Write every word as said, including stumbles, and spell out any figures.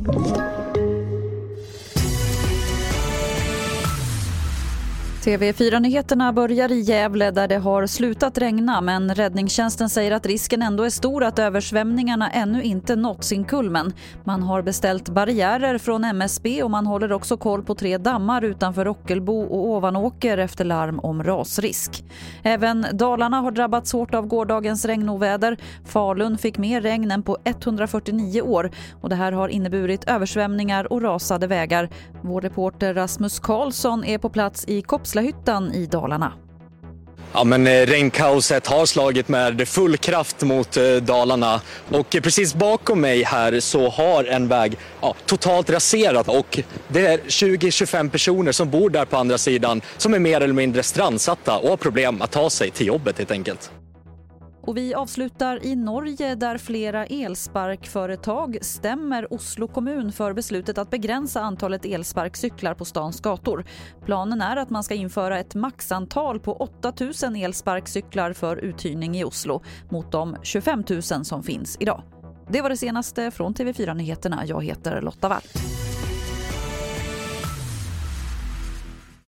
T V fyra-nyheterna börjar i Gävle där det har slutat regna, men räddningstjänsten säger att risken ändå är stor att översvämningarna ännu inte nått sin kulmen. Man har beställt barriärer från M S B och man håller också koll på tre dammar utanför Ockelbo och Ovanåker efter larm om rasrisk. Även Dalarna har drabbats hårt av gårdagens regnoväder. Falun fick mer regn än på etthundrafyrtionio år och det här har inneburit översvämningar och rasade vägar. Vår reporter Rasmus Karlsson är på plats i Kopslahyttan i Dalarna. Ja, men regnkaoset har slagit med full kraft mot Dalarna och precis bakom mig här så har en väg ja, totalt raserat och det är tjugo till tjugofem personer som bor där på andra sidan som är mer eller mindre strandsatta och har problem att ta sig till jobbet helt enkelt. Och vi avslutar i Norge där flera elsparkföretag stämmer Oslo kommun för beslutet att begränsa antalet elsparkcyklar på stans gator. Planen är att man ska införa ett maxantal på åtta tusen elsparkcyklar för uthyrning i Oslo mot de tjugofem tusen som finns idag. Det var det senaste från T V fyra-nyheterna. Jag heter Lotta Wall.